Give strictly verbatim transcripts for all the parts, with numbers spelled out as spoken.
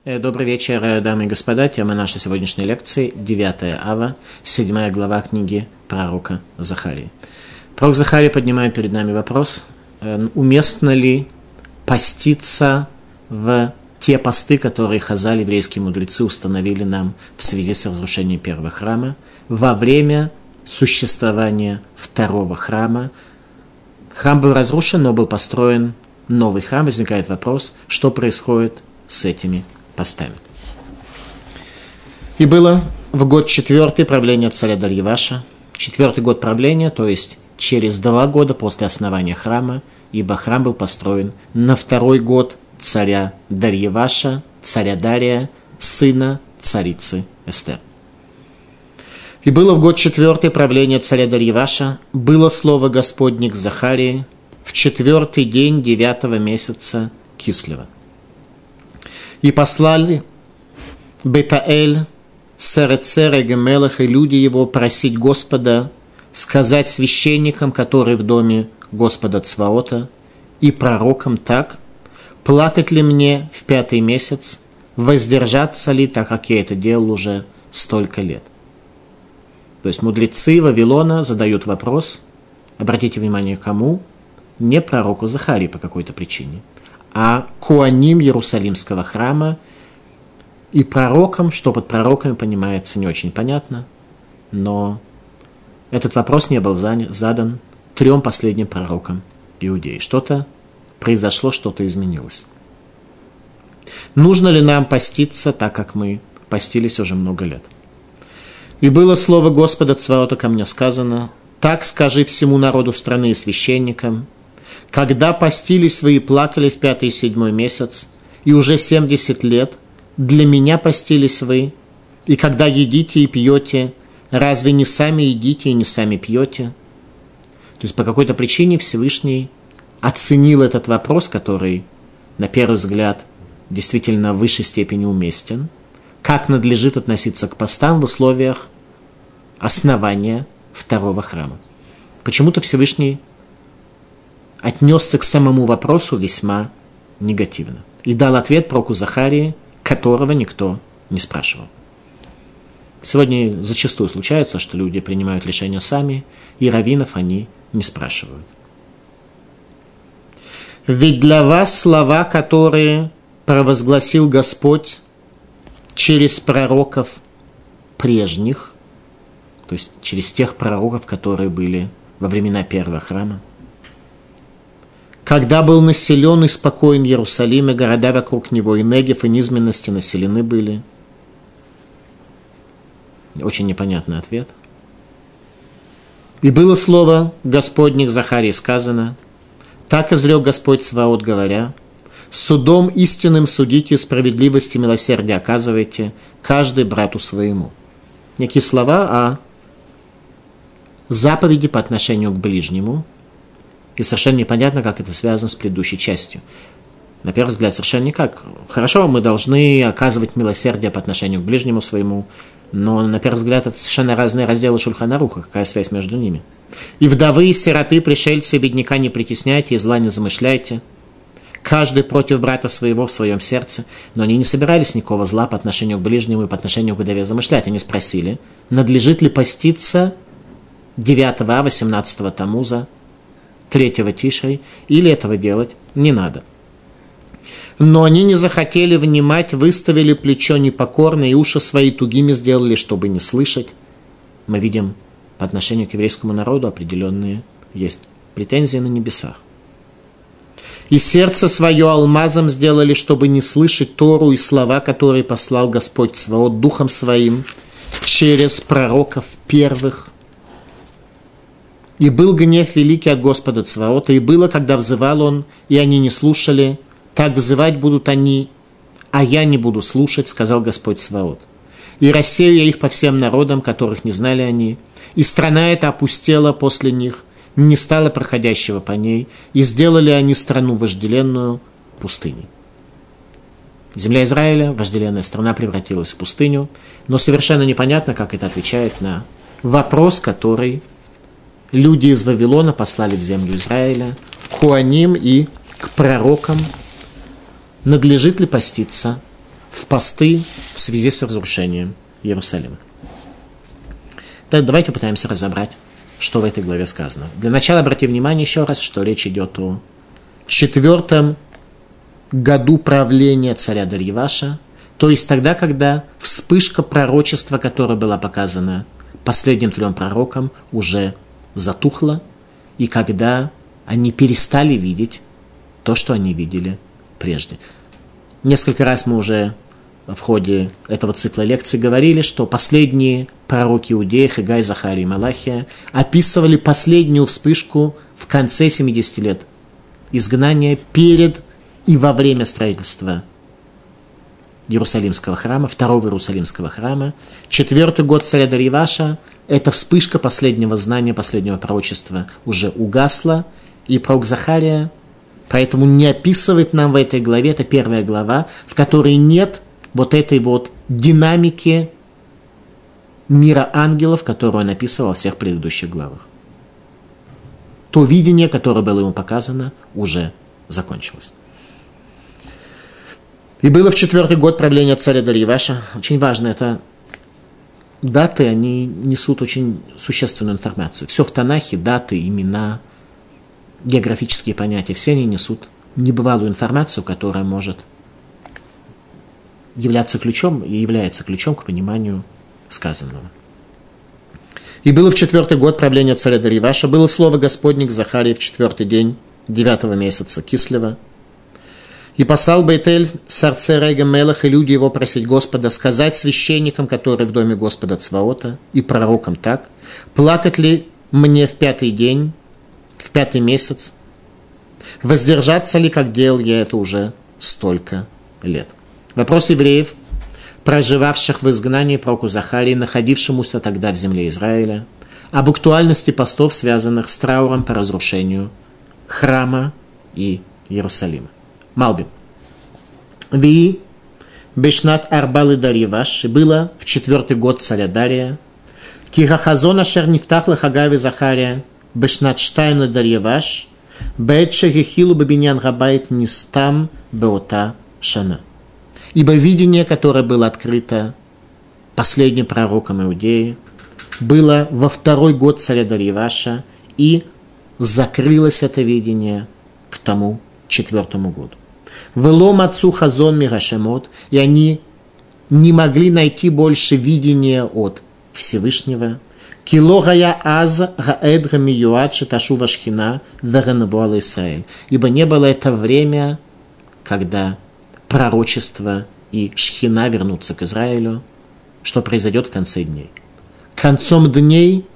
Добрый вечер, дамы и господа. Тема нашей сегодняшней лекции – девятая ава, седьмая глава книги пророка Захарии. Пророк Захария поднимает перед нами вопрос, уместно ли поститься в те посты, которые хазаль, еврейские мудрецы, установили нам в связи с разрушением первого храма, во время существования второго храма. Храм был разрушен, но был построен новый храм. Возникает вопрос, что происходит с этими постами. И было в год четвертый правления царя Дарьяваша, четвертый год правления, то есть через два года после основания храма, ибо храм был построен на второй год царя Дарьяваша, царя Дария, сына царицы Эстер. И было в год четвертый правления царя Дарьяваша, было слово Господне к Захарии в четвертый день девятого месяца Кислева. И послали Бетаэль, Серецера, Гемелах и люди его просить Господа сказать священникам, которые в доме Господа Цваота, и пророкам так: плакать ли мне в пятый месяц, воздержаться ли, так как я это делал уже столько лет. То есть мудрецы Вавилона задают вопрос, обратите внимание, кому? Не пророку Захарии по какой-то причине, а коаним Иерусалимского храма и пророкам, что под пророками понимается не очень понятно, но этот вопрос не был задан трем последним пророкам Иудеи. Что-то произошло, что-то изменилось. Нужно ли нам поститься, так как мы постились уже много лет? И было слово Господа Цваота ко мне сказано: так скажи всему народу страны и священникам, когда постились вы и плакали в пятый и седьмой месяц, и уже семьдесят лет, для меня постились вы, и когда едите и пьете, разве не сами едите и не сами пьете? То есть по какой-то причине Всевышний оценил этот вопрос, который, на первый взгляд, действительно в высшей степени уместен, как надлежит относиться к постам в условиях основания второго храма. Почему-то Всевышний отнесся к самому вопросу весьма негативно и дал ответ пророку Захарии, которого никто не спрашивал. Сегодня зачастую случается, что люди принимают решения сами, и раввинов они не спрашивают. Ведь для вас слова, которые провозгласил Господь через пророков прежних, то есть через тех пророков, которые были во времена первого храма, когда был населен и спокоен Иерусалим, и города вокруг него, и Негев, и низменности населены были. Очень непонятный ответ. И было слово Господне к Захарии сказано: так изрек Господь Цваот, говоря: судом истинным судите, справедливости, милосердия оказывайте, каждый брату своему. Некие слова о заповеди по отношению к ближнему, и совершенно непонятно, как это связано с предыдущей частью. На первый взгляд, совершенно никак. Хорошо, мы должны оказывать милосердие по отношению к ближнему своему, но на первый взгляд это совершенно разные разделы Шульхан Аруха. Какая связь между ними? И вдовы, и сироты, пришельцы, и бедняка не притесняйте, и зла не замышляйте. Каждый против брата своего в своем сердце. Но они не собирались никакого зла по отношению к ближнему и по отношению к вдове замышлять. Они спросили, надлежит ли поститься девятого ава, восемнадцатого Тамуза, третьего Тишрей, или этого делать не надо. Но они не захотели внимать, выставили плечо непокорно и уши свои тугими сделали, чтобы не слышать. Мы видим по отношению к еврейскому народу определенные есть претензии на небесах. И сердце свое алмазом сделали, чтобы не слышать Тору и слова, которые послал Господь Цваот духом своим через пророков первых. И был гнев великий от Господа Цваота, и было, когда взывал он, и они не слушали, так взывать будут они, а я не буду слушать, сказал Господь Цваот. И рассею я их по всем народам, которых не знали они, и страна эта опустела после них, не стало проходящего по ней, и сделали они страну вожделенную пустыней. Земля Израиля, вожделенная страна, превратилась в пустыню, но совершенно непонятно, как это отвечает на вопрос, который люди из Вавилона послали в землю Израиля, к Куаним и к пророкам, надлежит ли поститься в в посты в связи с разрушением Иерусалима. Так, давайте попытаемся разобрать, что в этой главе сказано. Для начала обратите внимание еще раз, что речь идет о четвертом году правления царя Дарьяваша, то есть тогда, когда вспышка пророчества, которая была показана последним трем пророкам, уже затухла, и когда они перестали видеть то, что они видели прежде. Несколько раз мы уже в ходе этого цикла лекций говорили, что последние пророки Иудеи, Хагай, Захарий и Малахия, описывали последнюю вспышку в конце семидесяти лет изгнания, перед и во время строительства Иерусалимского храма, второго Иерусалимского храма. Четвертый год царя Дарьяваша, эта вспышка последнего знания, последнего пророчества уже угасла, и пророк Захария поэтому не описывает нам в этой главе, это первая глава, в которой нет вот этой вот динамики мира ангелов, которую он описывал во всех предыдущих главах. То видение, которое было ему показано, уже закончилось. И было в четвертый год правления царя Дарьяваша. Очень важно, это даты, они несут очень существенную информацию. Все в Танахе, даты, имена, географические понятия, все они несут небывалую информацию, которая может являться ключом и является ключом к пониманию сказанного. И было в четвертый год правления царя Дарьяваша, было слово Господне к Захарии в четвертый день девятого месяца Кислева. И послал Бейтель сарце Рега Мелах и люди его просить Господа сказать священникам, которые в доме Господа Цваота, и пророкам так: плакать ли мне в пятый день, в пятый месяц, воздержаться ли, как делал я это уже столько лет. Вопрос евреев, проживавших в изгнании, пророку Захарии, находившемуся тогда в земле Израиля, об актуальности постов, связанных с трауром по разрушению храма и Иерусалима. Малбим. Ви бешнат арбалы Дарьяваш, было в четвертый год царя Дария, кирахазона шер нифтах лахагави Захария, бешнат штайм Дарьяваш, бэт шехихилу бабиньян габайт нистам беота шана. Ибо видение, которое было открыто последним пророком Иудеи, было во второй год царя Дарьяваша, и закрылось это видение к тому четвертому году. Велом отцу хазон мирашемот, и они не могли найти больше видения от Всевышнего. Кило гая аз гаэд гамиюат шеташу вашхина веренвуал Исраэль. Ибо не было это время, когда пророчество и шхина вернутся к Израилю, что произойдет в конце дней. Концом дней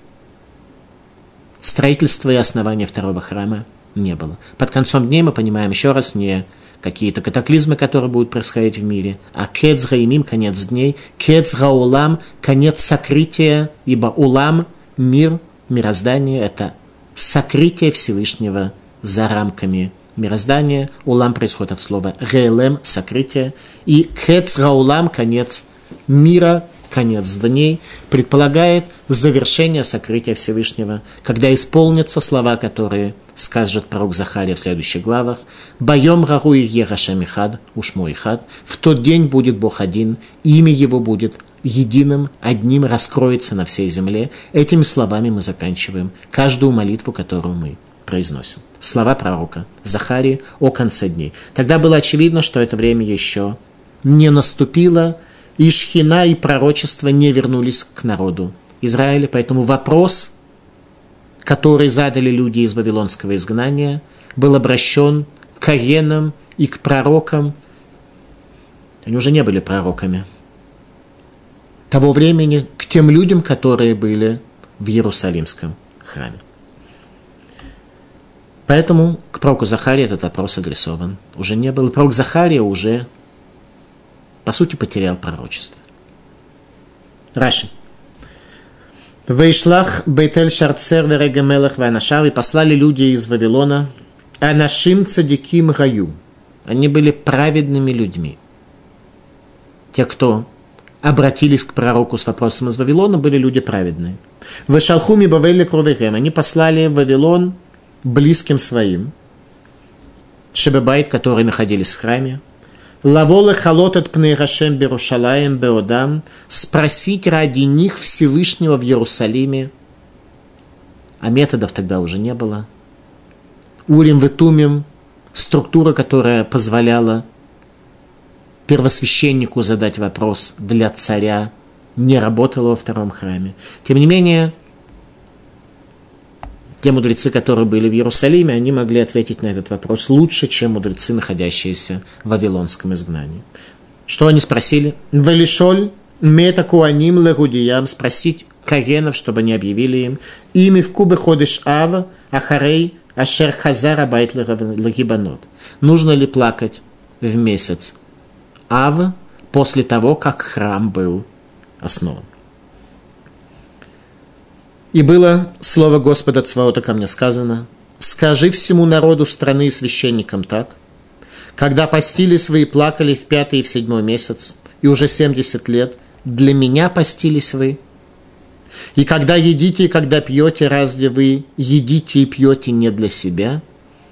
строительства и основания второго храма не было. Под концом дней мы понимаем еще раз не какие-то катаклизмы, которые будут происходить в мире, а кец гаимим, конец дней, кец гаулам, конец сокрытия, ибо улам, мир, мироздание, это сокрытие Всевышнего за рамками мироздания. Улам происходит от слова гейлем, сокрытие, и кец гаулам, конец мира, конец дней, предполагает завершение сокрытия Всевышнего, когда исполнятся слова, которые скажет пророк Захария в следующих главах: «Байом рагу ие Гашем ихад, ушмо ихад». В тот день будет Бог один, имя Его будет единым, одним, раскроется на всей земле. Этими словами мы заканчиваем каждую молитву, которую мы произносим. Слова пророка Захарии о конце дней. Тогда было очевидно, что это время еще не наступило, и шхина, и пророчество не вернулись к народу Израиля. Поэтому вопрос, который задали люди из вавилонского изгнания, был обращен к коэнам и к пророкам. Они уже не были пророками того времени, к тем людям, которые были в Иерусалимском храме. Поэтому к пророку Захарии этот вопрос адресован уже не был. И пророк Захария уже, по сути, потерял пророчество. Раши. Вейшлах Бейтель Шарцер Верега Мелах Вайнашав, и послали люди из Вавилона, Анашим Цадиким Гаю. Они были праведными людьми. Те, кто обратились к пророку с вопросом из Вавилона, были люди праведные. Вешалхуми Бавели Кровехем, они послали в Вавилон близким своим, Шебебайт, которые находились в храме, Лаволы халотат пнейрашем берушалаем беодам, спросить ради них Всевышнего в Иерусалиме, а методов тогда уже не было. Урим витумим, структура, которая позволяла первосвященнику задать вопрос для царя, не работала во втором храме. Тем не менее, те мудрецы, которые были в Иерусалиме, они могли ответить на этот вопрос лучше, чем мудрецы, находящиеся в вавилонском изгнании. Что они спросили? «Велишоль мета куаним легудиям», спросить коэнов, чтобы они объявили им, «Ими в кубе ходишь ав, ахарей, ашер хазар абайт лагибанот». Нужно ли плакать в месяц ав после того, как храм был основан? И было слово Господа Цваота ко мне сказано: «Скажи всему народу страны и священникам так: когда постились вы и плакали в пятый и в седьмой месяц, и уже семьдесят лет, для меня постились вы. И когда едите и когда пьете, разве вы едите и пьете не для себя?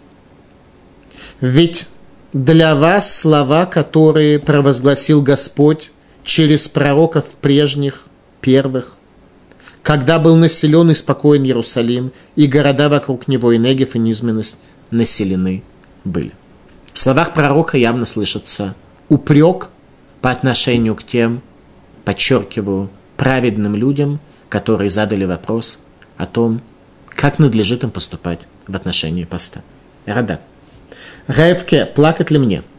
Ведь для вас слова, которые провозгласил Господь через пророков прежних, первых, когда был населен и спокоен Иерусалим, и города вокруг него, и Негев, и низменность населены были». В словах пророка явно слышится упрек по отношению к тем, подчеркиваю, праведным людям, которые задали вопрос о том, как надлежит им поступать в отношении поста. Рада. Раевке, плакать ли мне?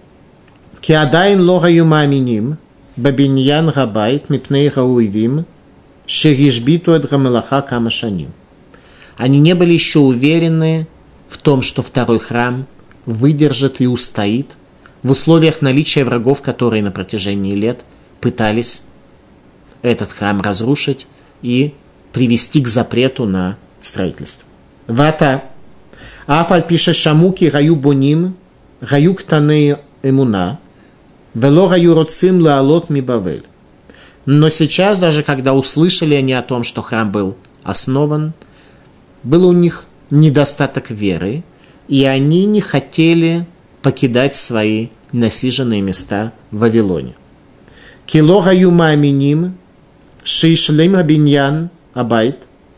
Киадайн лора юмаминим, бабиньян габайт, мипней гауивим, шеришбиту эд гамелаха камашаним. Они не были еще уверены в том, что второй храм выдержит и устоит в условиях наличия врагов, которые на протяжении лет пытались этот храм разрушить и привести к запрету на строительство. Вата. Афаль пише шамуки гаю боним, гаю ктаней эмуна, вело гаю роцим лаалот ми бавель. Но сейчас, даже когда услышали они о том, что храм был основан, был у них недостаток веры, и они не хотели покидать свои насиженные места в Вавилоне. Кило гаю мааминим, шишлем абиньян абайт,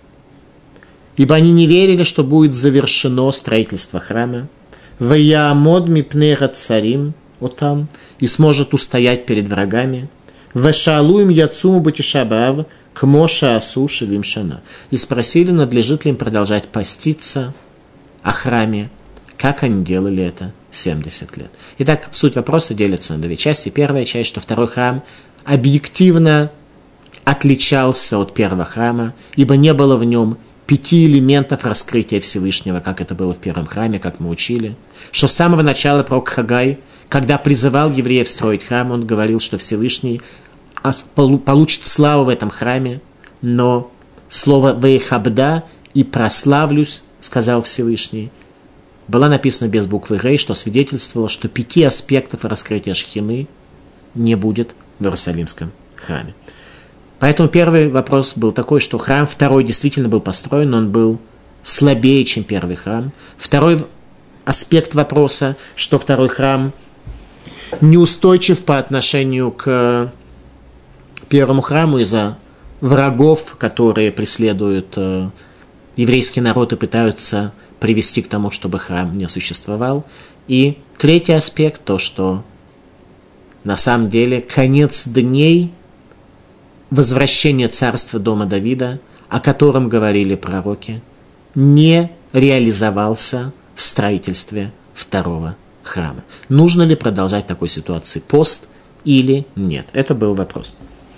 ибо они не верили, что будет завершено строительство храма, ваямод мипнега царим отам, и сможет устоять перед врагами, вешалуим яцуму бутишабав к моша асу шевим шана, и спросили, надлежит ли им продолжать поститься о храме, как они делали это семьдесят лет. Итак, суть вопроса делится на две части. Первая часть, что второй храм объективно отличался от первого храма, ибо не было в нем пяти элементов раскрытия Всевышнего, как это было в первом храме, как мы учили. Что с самого начала пророк Хагай, когда призывал евреев строить храм, он говорил, что Всевышний получит славу в этом храме, но слово «вейхабда» и «прославлюсь», сказал Всевышний, была написана без буквы «рей», что свидетельствовало, что пяти аспектов раскрытия Шхины не будет в Иерусалимском храме. Поэтому первый вопрос был такой, что храм второй действительно был построен, но он был слабее, чем первый храм. Второй аспект вопроса, что второй храм неустойчив по отношению к первому храму из-за врагов, которые преследуют еврейский народ и пытаются привести к тому, чтобы храм не существовал. И третий аспект, то, что на самом деле конец дней, возвращение царства дома Давида, о котором говорили пророки, не реализовался в строительстве второго храма. Нужно ли продолжать в такой ситуации пост или нет? Это был вопрос.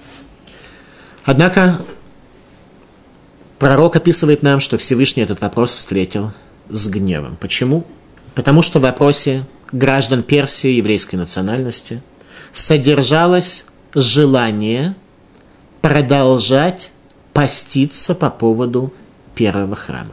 Однако пророк описывает нам, что Всевышний этот вопрос встретил с гневом. Почему? Потому что в вопросе граждан Персии еврейской национальности содержалось желание продолжать поститься по поводу первого храма.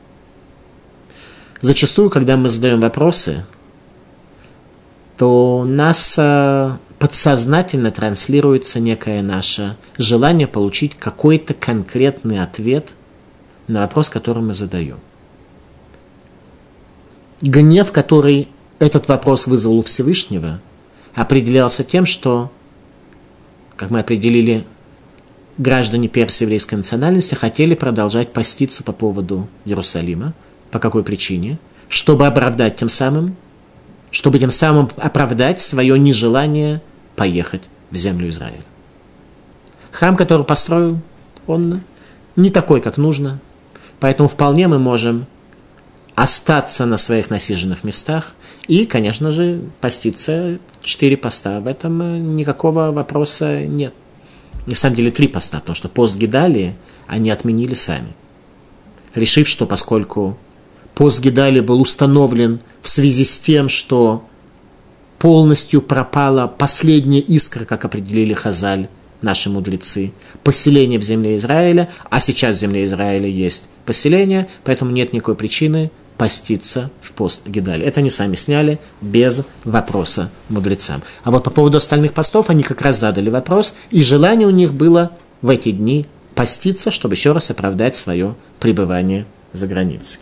Зачастую, когда мы задаем вопросы, то у нас подсознательно транслируется некое наше желание получить какой-то конкретный ответ на вопрос, который мы задаем. Гнев, который этот вопрос вызвал у Всевышнего, определялся тем, что, как мы определили, граждане Персии еврейской национальности хотели продолжать поститься по поводу Иерусалима. По какой причине? Чтобы оправдать тем самым, чтобы тем самым оправдать свое нежелание поехать в землю Израиля. Храм, который построил, он не такой, как нужно, поэтому вполне мы можем остаться на своих насиженных местах и, конечно же, поститься четыре поста. В этом никакого вопроса нет. На самом деле три поста, потому что пост Гидалии они отменили сами, решив, что поскольку пост Гидалии был установлен в связи с тем, что полностью пропала последняя искра, как определили Хазаль, наши мудрецы, поселение в земле Израиля, а сейчас в земле Израиля есть поселение, поэтому нет никакой причины поститься в пост Гидалии. Это они сами сняли без вопроса мудрецам. А вот по поводу остальных постов они как раз задали вопрос, и желание у них было в эти дни поститься, чтобы еще раз оправдать свое пребывание за границей.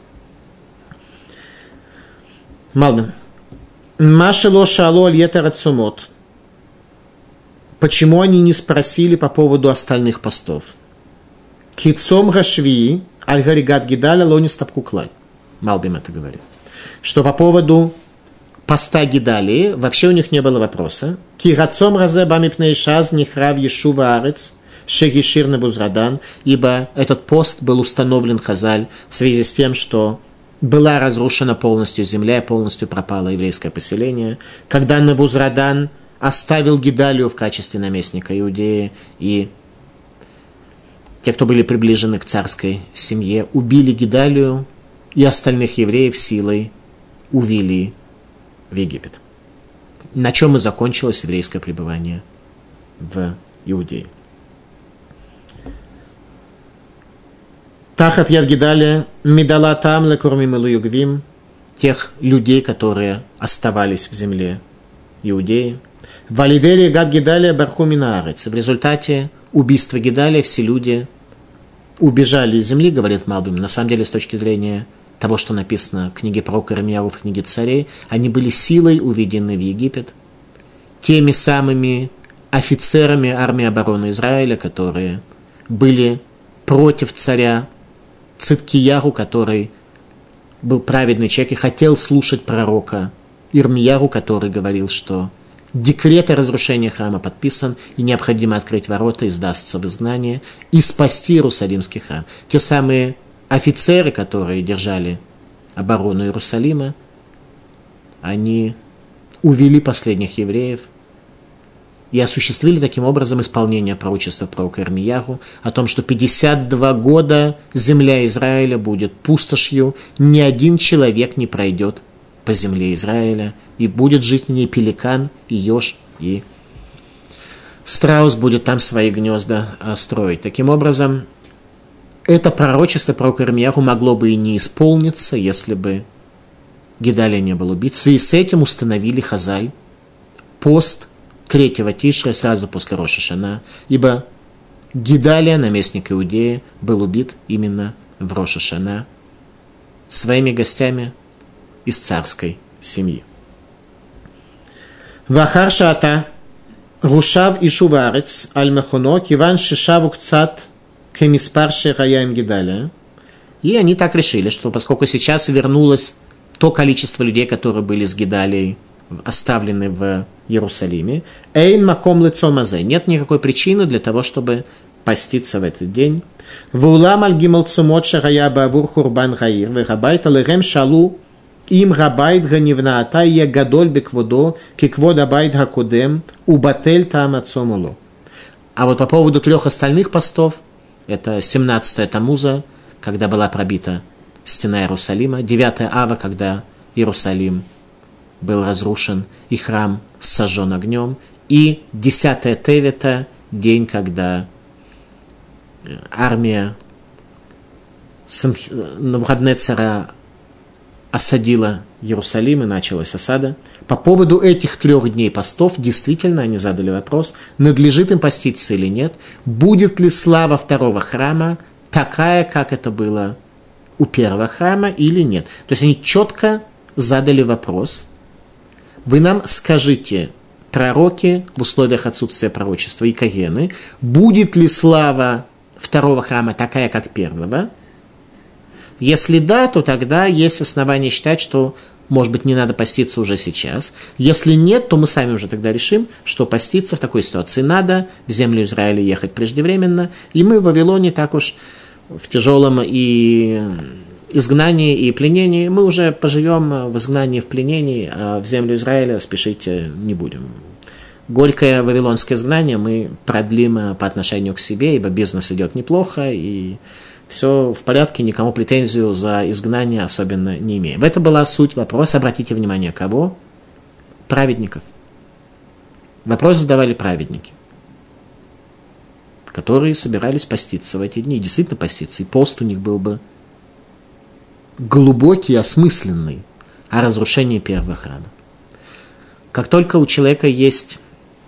Малбим. Машело шало альетер ацумот. Почему они не спросили по поводу остальных постов? Кицом рашвии аль-гаригат гидаля лонис тапкуклаль. Малбим это говорит. Что по поводу поста Гидалии вообще у них не было вопроса. Кирацом разе бамипней шаз нихрав ешува арец шегишир небузрадан. Ибо этот пост был установлен Хазаль в связи с тем, что была разрушена полностью земля, полностью пропало еврейское поселение. Когда Небузрадан оставил Гидалию в качестве наместника Иудеи, и те, кто были приближены к царской семье, убили Гидалию, и остальных евреев силой увели в Египет. На чем и закончилось еврейское пребывание в Иудее. Тахат яд Гидалия медала там лекормим илуюгвим, тех людей, которые оставались в земле Иудеи. Валидери гад Гидалия барху минаарец. В результате убийства Гидалия все люди убежали из земли, говорит Малбим. На самом деле, с точки зрения того, что написано в книге пророка Ирмияу, в книге царей, они были силой уведены в Египет теми самыми офицерами армии обороны Израиля, которые были против царя Циткияру, который был праведный человек и хотел слушать пророка Ирмияру, который говорил, что декрет о разрушении храма подписан, и необходимо открыть ворота и сдастся в изгнание, и спасти Иерусалимский храм. Те самые офицеры, которые держали оборону Иерусалима, они увели последних евреев и осуществили таким образом исполнение пророчества пророка Ирмияру о том, что пятьдесят два года земля Израиля будет пустошью, ни один человек не пройдет по земле Израиля, и будет жить в ней пеликан, и еж, и страус будет там свои гнезда строить. Таким образом, это пророчество пророка Ирмияру могло бы и не исполниться, если бы Гидалия не был убит. И с этим установили Хазаль пост третьего Тишра сразу после Рош ха-Шана, ибо Гидалия, наместник Иудеи, был убит именно в Рош ха-Шана своими гостями из царской семьи. Вахар шата рушав ишуварец аль-мехоно киван шишаву кцат кемиспар шераяем Гидалия. И они так решили, что поскольку сейчас вернулось то количество людей, которые были с Гидалией оставлены в Иерусалиме, эйн маком лицо мазе, нет никакой причины для того, чтобы поститься в этот день. Вулам аль-гимал цумот шарая бавур хурбан гаир вегабайт алэгэм шалу им габайт ганивна атайя гадоль бекводо киквод абайт гакудем убатель там ацомулу. А вот по поводу трех остальных постов, это семнадцатое Тамуза, когда была пробита стена Иерусалима, девятое Ава, когда Иерусалим был разрушен и храм сожжен огнем, и десятое Тевета, день, когда армия Навуходоносора осадила Иерусалим и началась осада. По поводу этих трех дней постов действительно они задали вопрос, надлежит им поститься или нет, будет ли слава второго храма такая, как это было у первого храма или нет. То есть они четко задали вопрос: вы нам скажите, пророки в условиях отсутствия пророчества и каены. Будет ли слава второго храма такая, как первого? Если да, то тогда есть основания считать, что, может быть, не надо поститься уже сейчас. Если нет, то мы сами уже тогда решим, что поститься в такой ситуации надо, в землю Израиля ехать преждевременно, и мы в Вавилоне так уж в тяжелом и изгнании и пленении, мы уже поживем в изгнании, в пленении, а в землю Израиля спешить не будем. Горькое вавилонское изгнание мы продлим по отношению к себе, ибо бизнес идет неплохо, и все в порядке, никому претензию за изгнание особенно не имеем. Это была суть вопроса. Обратите внимание, кого? Праведников. Вопрос задавали праведники, которые собирались поститься в эти дни. Действительно поститься, и пост у них был бы глубокий, осмысленный о разрушении первого храма. Как только у человека есть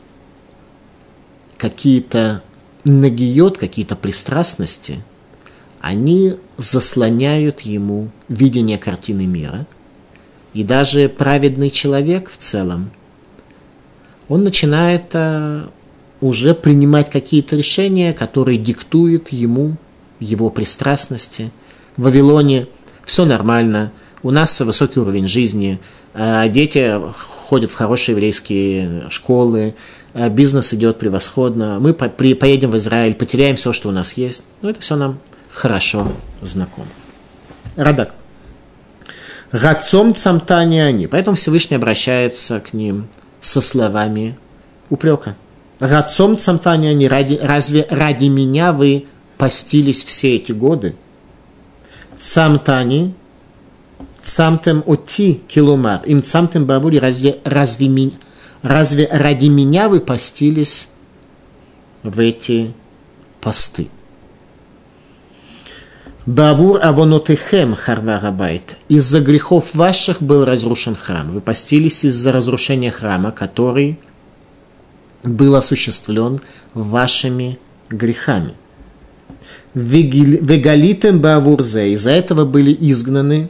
какие-то нагиот, какие-то пристрастности, они заслоняют ему видение картины мира. И даже праведный человек в целом, он начинает а, уже принимать какие-то решения, которые диктуют ему его пристрастности. В Вавилоне все нормально, у нас высокий уровень жизни, а дети ходят в хорошие еврейские школы, а бизнес идет превосходно, мы по- при, поедем в Израиль, потеряем все, что у нас есть. Но это все нам хорошо знакомо. Радак. Рацом цамтани они. Поэтому Всевышний обращается к ним со словами упрека. Рацом цамтани они. Ради, разве ради меня вы постились все эти годы? Цамтани. Цамтем оти килумар. Им цамтем бавури. Разве, разве, ми, разве ради меня вы постились в эти посты? Бавур авонотехем харварабайт. Из-за грехов ваших был разрушен храм. Вы постились из-за разрушения храма, который был осуществлен вашими грехами. Вегалитем бавурзе. Из-за этого были изгнаны.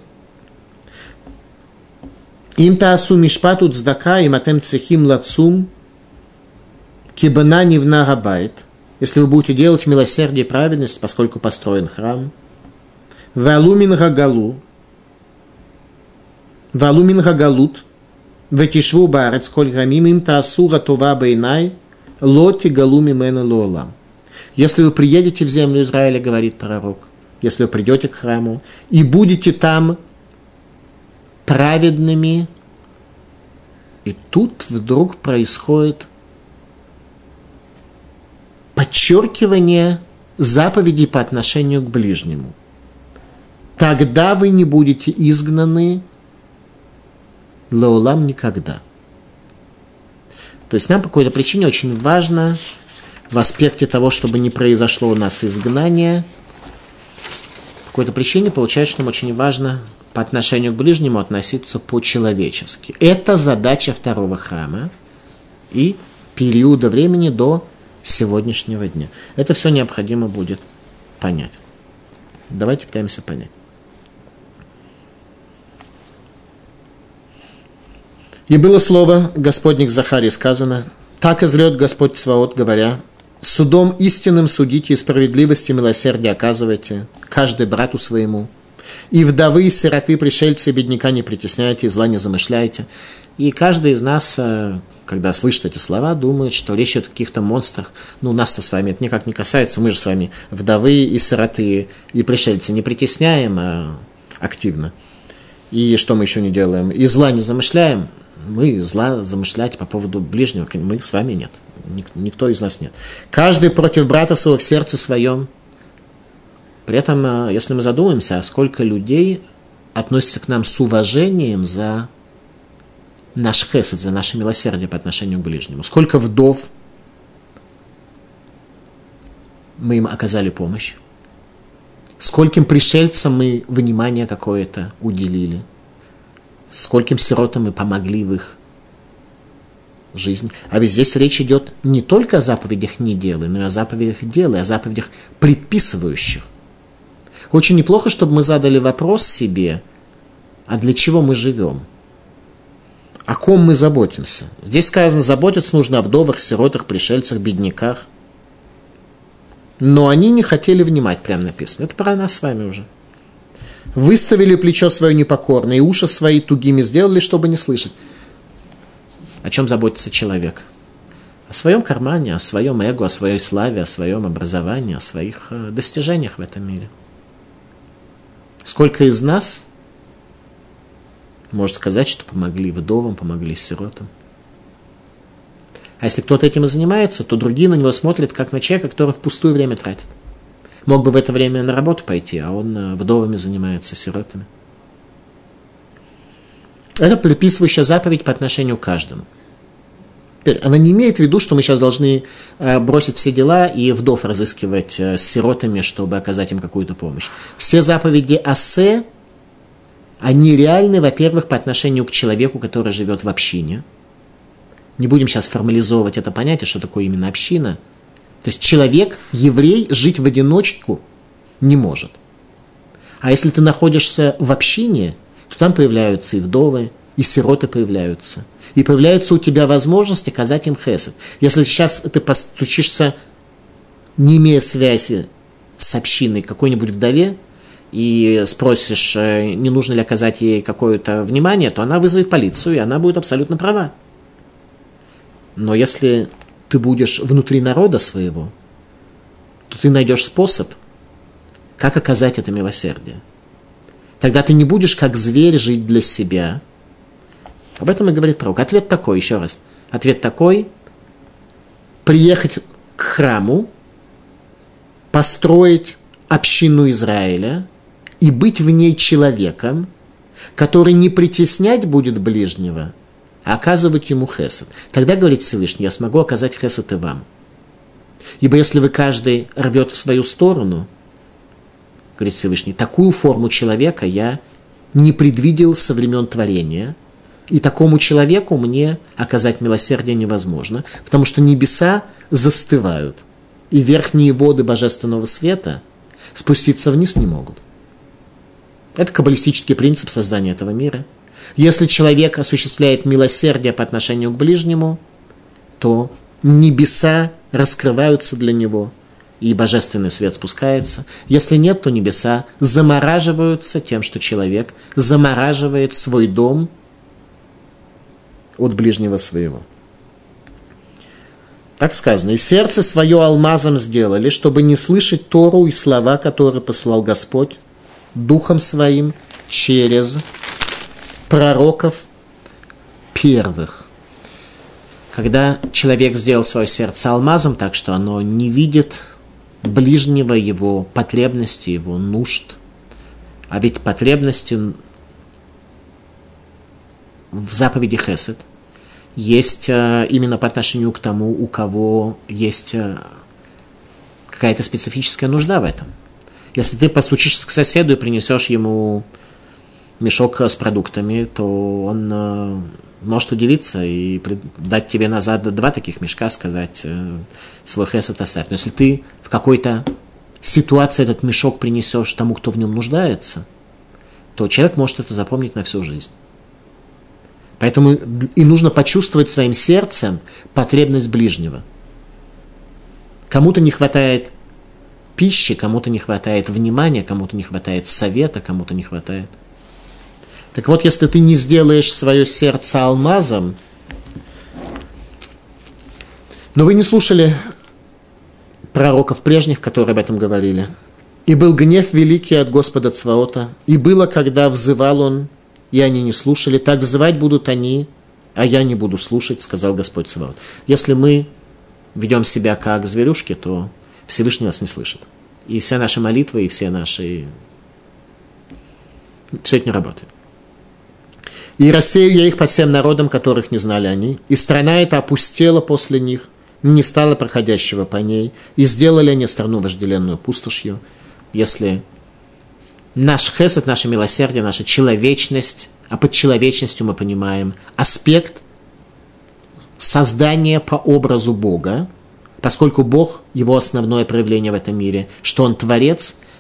Им таасу мишпату цдака, им атем цехим лацум, кибана нивна габайт. Если вы будете делать милосердие и праведность, поскольку построен храм. Валумин гагалу, валумин гагалут, ветишву барец, коль гамим им таасура това бейнай, лоти галуми мену лолам. Если вы приедете в землю Израиля, говорит пророк, если вы придете к храму и будете там праведными, и тут вдруг происходит подчеркивание заповедей по отношению к ближнему. Тогда вы не будете изгнаны лаулам никогда. То есть нам по какой-то причине очень важно в аспекте того, чтобы не произошло у нас изгнание, по какой-то причине получается, что нам очень важно по отношению к ближнему относиться по-человечески. Это задача второго храма и периода времени до сегодняшнего дня. Это все необходимо будет понять. Давайте пытаемся понять. И было слово Господне к Захарии сказано: «Так изрет Господь Цваот, говоря, судом истинным судите и справедливости милосердия оказывайте каждый брату своему. И вдовы, и сироты, пришельцы, и бедняка не притесняйте, и зла не замышляйте». И каждый из нас, когда слышит эти слова, думает, что речь идет о каких-то монстрах. Ну, нас-то с вами это никак не касается, мы же с вами вдовы и сироты, и пришельцы не притесняем а активно. И что мы еще не делаем? И зла не замышляем. Мы зла замышлять по поводу ближнего, мы с вами нет. Никто из нас нет. Каждый против брата своего в сердце своем. При этом, если мы задумаемся, сколько людей относятся к нам с уважением за наш хесед, за наше милосердие по отношению к ближнему. Сколько вдов мы им оказали помощь. Скольким пришельцам мы внимание какое-то уделили. Скольким сиротам мы помогли в их жизни. А ведь здесь речь идет не только о заповедях «не делай», но и о заповедях «делай», о заповедях предписывающих. Очень неплохо, чтобы мы задали вопрос себе, а для чего мы живем? о ком мы заботимся? Здесь сказано, заботиться нужно о вдовах, сиротах, пришельцах, бедняках. Но они не хотели внимать, прям написано. Это про нас с вами уже. Выставили плечо свое непокорное, и уши свои тугими сделали, чтобы не слышать. О чем заботится человек? О своем кармане, о своем эго, о своей славе, о своем образовании, о своих достижениях в этом мире. Сколько из нас может сказать, что помогли вдовам, помогли сиротам? А если кто-то этим и занимается, то другие на него смотрят, как на человека, который впустую время тратит. Мог бы в это время на работу пойти, а он вдовами занимается, сиротами. Это предписывающая заповедь по отношению к каждому. Теперь, она не имеет в виду, что мы сейчас должны бросить все дела и вдов разыскивать с сиротами, чтобы оказать им какую-то помощь. Все заповеди асе, они реальны, во-первых, по отношению к человеку, который живет в общине. Не будем сейчас формализовывать это понятие, что такое именно община. То есть человек, еврей, жить в одиночку не может. А если ты находишься в общине, то там появляются и вдовы, и сироты появляются. И появляется у тебя возможность оказать им хесед. Если сейчас ты постучишься, не имея связи с общиной, какой-нибудь вдове, и спросишь, не нужно ли оказать ей какое-то внимание, то она вызовет полицию, и она будет абсолютно права. Но если ты будешь внутри народа своего, то ты найдешь способ, как оказать это милосердие. Тогда ты не будешь как зверь жить для себя. Об этом и говорит пророк. Ответ такой, еще раз. Ответ такой: приехать к храму, построить общину Израиля и быть в ней человеком, который не притеснять будет ближнего, а оказывать ему хесед. Тогда, говорит Всевышний, я смогу оказать хесед и вам. Ибо если вы каждый рвет в свою сторону, говорит Всевышний, такую форму человека я не предвидел со времен творения, и такому человеку мне оказать милосердие невозможно, потому что небеса застывают, и верхние воды божественного света спуститься вниз не могут. Это каббалистический принцип создания этого мира. Если человек осуществляет милосердие по отношению к ближнему, то небеса раскрываются для него, и божественный свет спускается. Если нет, то небеса замораживаются тем, что человек замораживает свой дом от ближнего своего. Так сказано, и сердце свое алмазом сделали, чтобы не слышать Тору и слова, которые послал Господь Духом Своим через пророков первых. Когда человек сделал свое сердце алмазом, так что оно не видит ближнего, его потребности, его нужд, а ведь потребности в заповеди хесед есть именно по отношению к тому, у кого есть какая-то специфическая нужда в этом. Если ты постучишься к соседу и принесешь ему мешок с продуктами, то он может удивиться и дать тебе назад два таких мешка, сказать, свой хесед оставь. Но если ты в какой-то ситуации этот мешок принесешь тому, кто в нем нуждается, то человек может это запомнить на всю жизнь. Поэтому и нужно почувствовать своим сердцем потребность ближнего. Кому-то не хватает пищи, кому-то не хватает внимания, кому-то не хватает совета, кому-то не хватает. Так вот, если ты не сделаешь свое сердце алмазом, но вы не слушали пророков прежних, которые об этом говорили. И был гнев великий от Господа Цваота, и было, когда взывал он, и они не слушали, так взывать будут они, а я не буду слушать, сказал Господь Цваот. Если мы ведем себя как зверюшки, то Всевышний нас не слышит. И все наши молитвы, и все наши... Все это не работает. И рассею я их по всем народам, которых не знали они, и страна эта опустела после них, не стало проходящего по ней, и сделали они страну вожделенную пустошью. Если наш хесед, наше милосердие, наша человечность, а под человечностью мы понимаем аспект создания по образу Бога, поскольку Бог, его основное проявление в этом мире, что Он творец,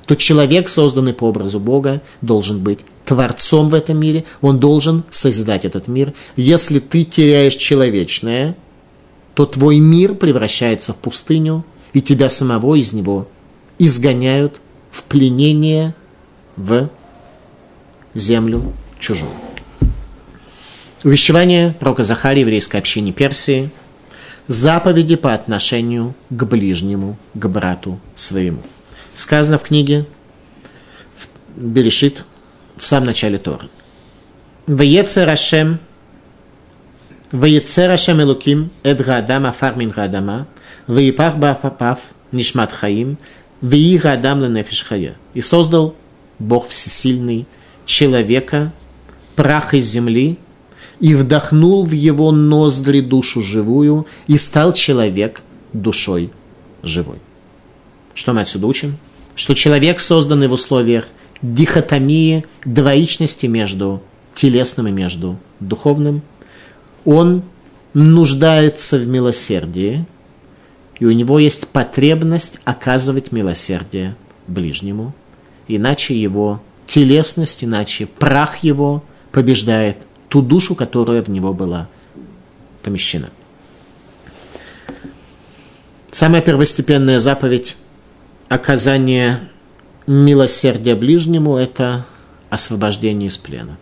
то человек, созданный по образу Бога, должен быть творцом в этом мире, он должен созидать этот мир. Если ты теряешь человечное, то твой мир превращается в пустыню, и тебя самого из него изгоняют в пленение в землю чужую. Увещевание пророка Захарии еврейской общине Персии. Заповеди по отношению к ближнему, к брату своему. Сказано в книге Берешит, в самом начале Торы. Ваецер Ашем, Ваецер Ашем Элуким, эд гаадам афар мин гаадама, ваипах баафапав нишмат хаим, ваи гаадам ленефиш хая. И создал Бог Всесильный человека, прах из земли, и вдохнул в его ноздри душу живую, и стал человек душой живой. Что мы отсюда учим? Что человек, созданный в условиях дихотомии, двоичности между телесным и между духовным, он нуждается в милосердии, и у него есть потребность оказывать милосердие ближнему, иначе его телесность, иначе прах его побеждает ту душу, которая в него была помещена. Самая первостепенная заповедь оказания милосердия ближнему – это освобождение из плена.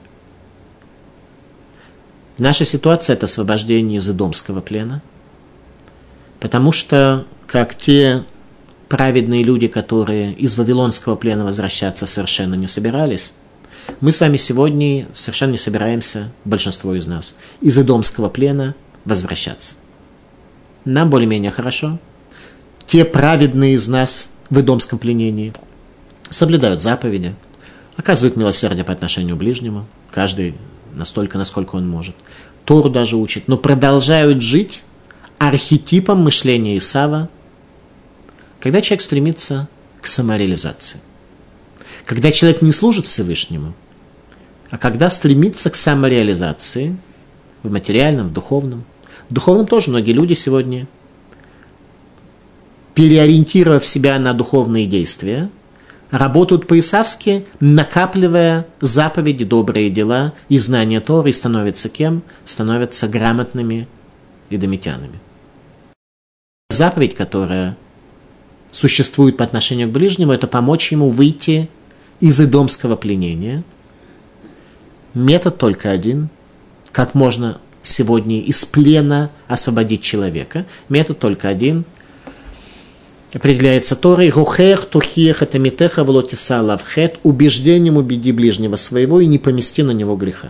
Наша ситуация – это освобождение из идомского плена, потому что, как те праведные люди, которые из вавилонского плена возвращаться совершенно не собирались, мы с вами сегодня совершенно не собираемся, большинство из нас, из идомского плена возвращаться. Нам более-менее хорошо. Те праведные из нас в идомском пленении соблюдают заповеди, оказывают милосердие по отношению к ближнему, каждый настолько, насколько он может. Тору даже учат, но продолжают жить архетипом мышления Исава, когда человек стремится к самореализации. Когда человек не служит Всевышнему, а когда стремится к самореализации в материальном, в духовном. В духовном тоже многие люди сегодня, переориентировав себя на духовные действия, работают по-исавски, накапливая заповеди, добрые дела и знания Торы, и становятся кем? Становятся грамотными идомитянами. Заповедь, которая существует по отношению к ближнему, это помочь ему выйти из идомского пленения. Метод только один. Как можно сегодня из плена освободить человека? Метод только один. Определяется Торой. Рухех тухех атамитеха влотиса лавхет. Убеждением убеди ближнего своего и не помести на него греха.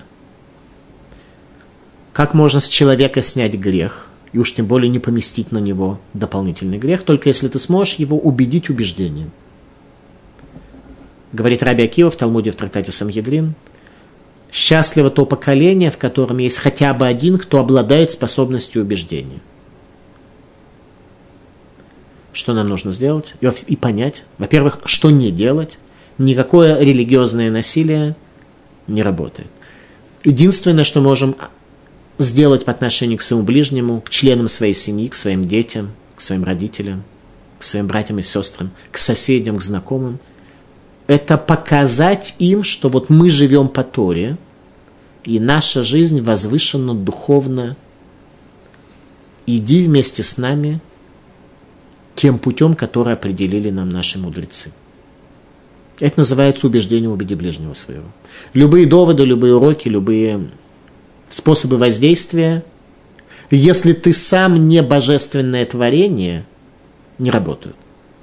Как можно с человека снять грех? И уж тем более не поместить на него дополнительный грех, только если ты сможешь его убедить убеждением. Говорит Раби Акива в Талмуде в трактате Сангедрин: счастливо то поколение, в котором есть хотя бы один, кто обладает способностью убеждения. Что нам нужно сделать? И понять, во-первых, что не делать. Никакое религиозное насилие не работает. Единственное, что можем сделать по отношению к своему ближнему, к членам своей семьи, к своим детям, к своим родителям, к своим братьям и сестрам, к соседям, к знакомым, это показать им, что вот мы живем по Торе, и наша жизнь возвышена духовно. Иди вместе с нами тем путем, который определили нам наши мудрецы. Это называется убеждение убеди ближнего своего. Любые доводы, любые уроки, любые способы воздействия, если ты сам не божественное творение, не работают.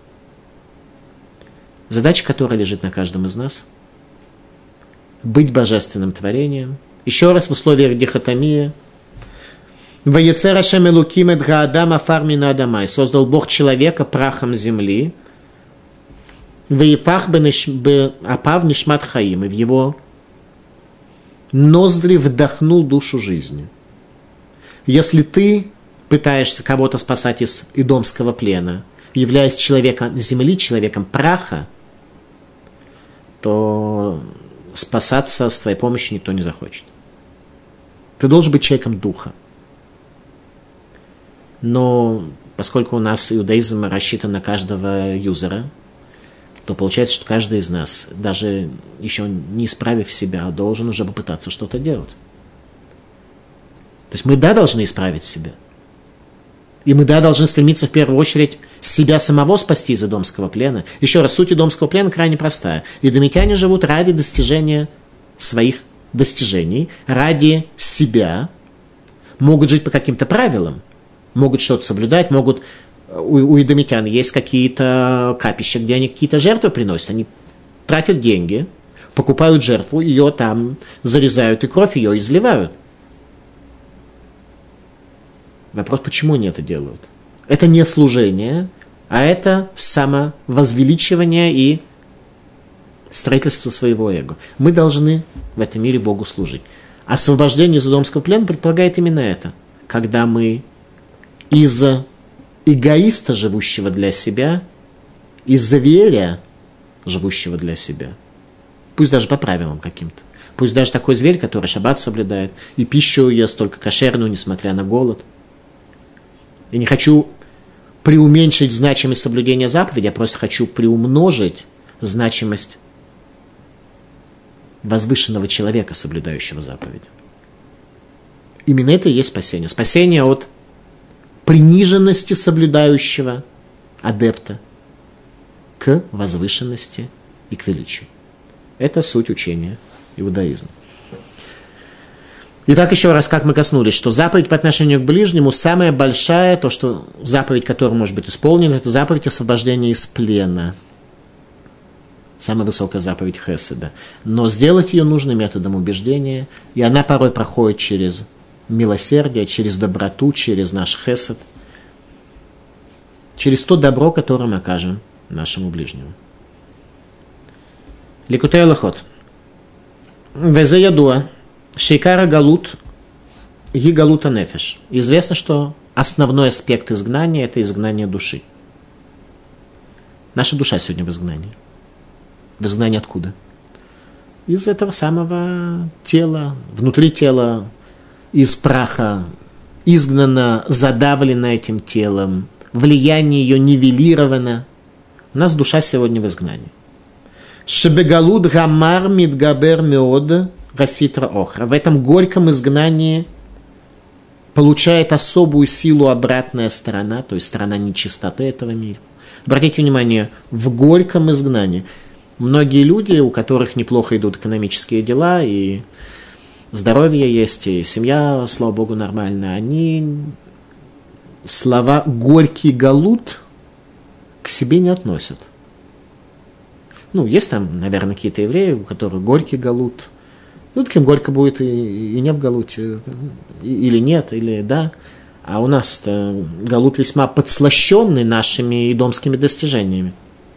Задача, которая лежит на каждом из нас – быть божественным творением. Еще раз в условиях дихотомии. «Ваецер Ашем Элуким эд гаадам афар мин адамай» – создал Бог человека прахом земли. «Ваипах беапав нишмат хаим» – и в его ноздри вдохнул душу жизни. Если ты пытаешься кого-то спасать из идомского плена, являясь человеком земли, человеком праха, то спасаться с твоей помощью никто не захочет. Ты должен быть человеком духа. Но поскольку у нас иудаизм рассчитан на каждого юзера, то получается, что каждый из нас, даже еще не исправив себя, должен уже попытаться что-то делать. То есть мы, да, должны исправить себя. И мы, да, должны стремиться в первую очередь себя самого спасти из идомского плена. Еще раз, суть идомского плена крайне простая. Идомитяне живут ради достижения своих достижений, ради себя, могут жить по каким-то правилам, могут что-то соблюдать, могут... У, у идомитян есть какие-то капища, где они какие-то жертвы приносят. Они тратят деньги, покупают жертву, ее там зарезают, и кровь ее изливают. Вопрос, почему они это делают? Это не служение, а это самовозвеличивание и строительство своего эго. Мы должны в этом мире Богу служить. Освобождение из идомского плена предполагает именно это. Когда мы из-за эгоиста, живущего для себя, из-за зверя, живущего для себя, пусть даже по правилам каким-то, пусть даже такой зверь, который шаббат соблюдает, и пищу ест только кошерную, несмотря на голод. Я не хочу преуменьшить значимость соблюдения заповеди, я просто хочу приумножить значимость возвышенного человека, соблюдающего заповедь. Именно это и есть спасение. Спасение от приниженности соблюдающего адепта к возвышенности и к величию. Это суть учения иудаизма. Итак, еще раз, как мы коснулись, что заповедь по отношению к ближнему самая большая, то, что заповедь, которая может быть исполнена, это заповедь освобождения из плена. Самая высокая заповедь Хеседа. Но сделать ее нужно методом убеждения, и она порой проходит через милосердие, через доброту, через наш Хесед, через то добро, которое мы окажем нашему ближнему. Ликутей Алахот. Везе ядуа. Шейкара галут и галута нефеш. Известно, что основной аспект изгнания – это изгнание души. Наша душа сегодня в изгнании. В изгнании откуда? Из этого самого тела, внутри тела, из праха, изгнана, задавлена этим телом, влияние ее нивелировано. У нас душа сегодня в изгнании. Шебегалут гамар мидгабер меод Раситра охра. В этом горьком изгнании получает особую силу обратная сторона, то есть сторона нечистоты этого мира. Обратите внимание, в горьком изгнании многие люди, у которых неплохо идут экономические дела, и здоровье есть, и семья, слава Богу, нормальная, они слова «горький галут» к себе не относят. Ну, есть там, наверное, какие-то евреи, у которых горький галут. Ну, таким горько будет и, и не в галуте, или нет, или да. А у нас-то галут весьма подслащенный нашими идомскими достижениями.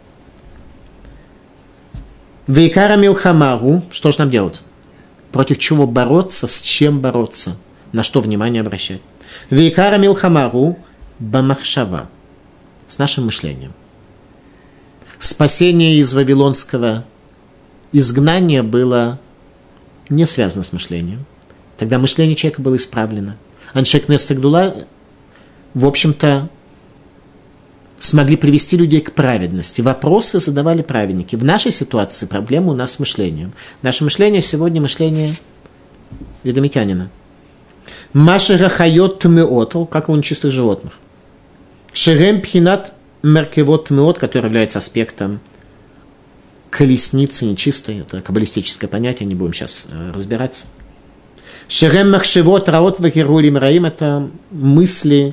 Вейкара милхамару, что же нам делать? Против чего бороться, с чем бороться, на что внимание обращать? Вейкара милхамару бамахшава, с нашим мышлением. Спасение из вавилонского изгнания было не связано с мышлением. Тогда мышление человека было исправлено. Аншек Нестагдула, в общем-то, смогли привести людей к праведности. Вопросы задавали праведники. В нашей ситуации проблема у нас с мышлением. Наше мышление сегодня мышление ведомитянина. Маши рахайот тмеот, как у нечистых животных. Шерем пхинат меркевот тмеот, который является аспектом колесницы нечистой, это каббалистическое понятие, не будем сейчас э, разбираться. Шерем махшевот раот вахирулим раим, это мысли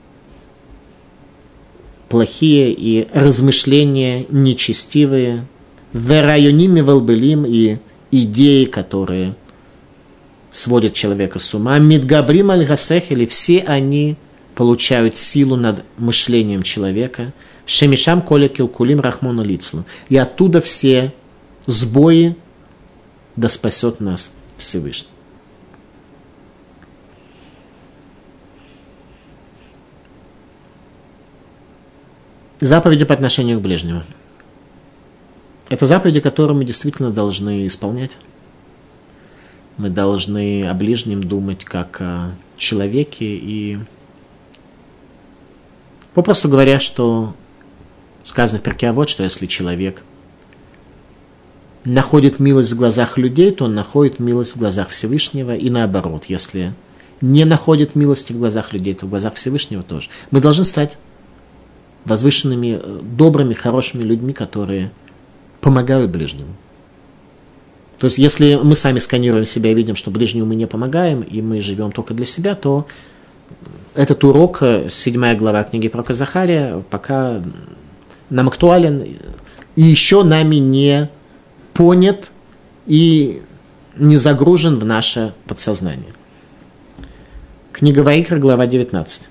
плохие и размышления нечестивые, верайоними волбелим и идеи, которые сводят человека с ума. Мидгабрим аль-гасех, или все они получают силу над мышлением человека. Шемишам коля килкулим рахмону лицлу. И оттуда все сбои, да спасет нас Всевышний. Заповеди по отношению к ближнему. Это заповеди, которые мы действительно должны исполнять. Мы должны о ближнем думать как о человеке и, попросту говоря, что сказано в Перкей Авот, что если человек находит милость в глазах людей, то он находит милость в глазах Всевышнего, и наоборот, если не находит милости в глазах людей, то в глазах Всевышнего тоже. Мы должны стать возвышенными, добрыми, хорошими людьми, которые помогают ближнему. То есть, если мы сами сканируем себя и видим, что ближнему мы не помогаем, и мы живем только для себя, то этот урок, седьмая глава книги пророка Захария, пока нам актуален, и еще нами не понят и не загружен в наше подсознание. Книга Ваикра, глава девятнадцать.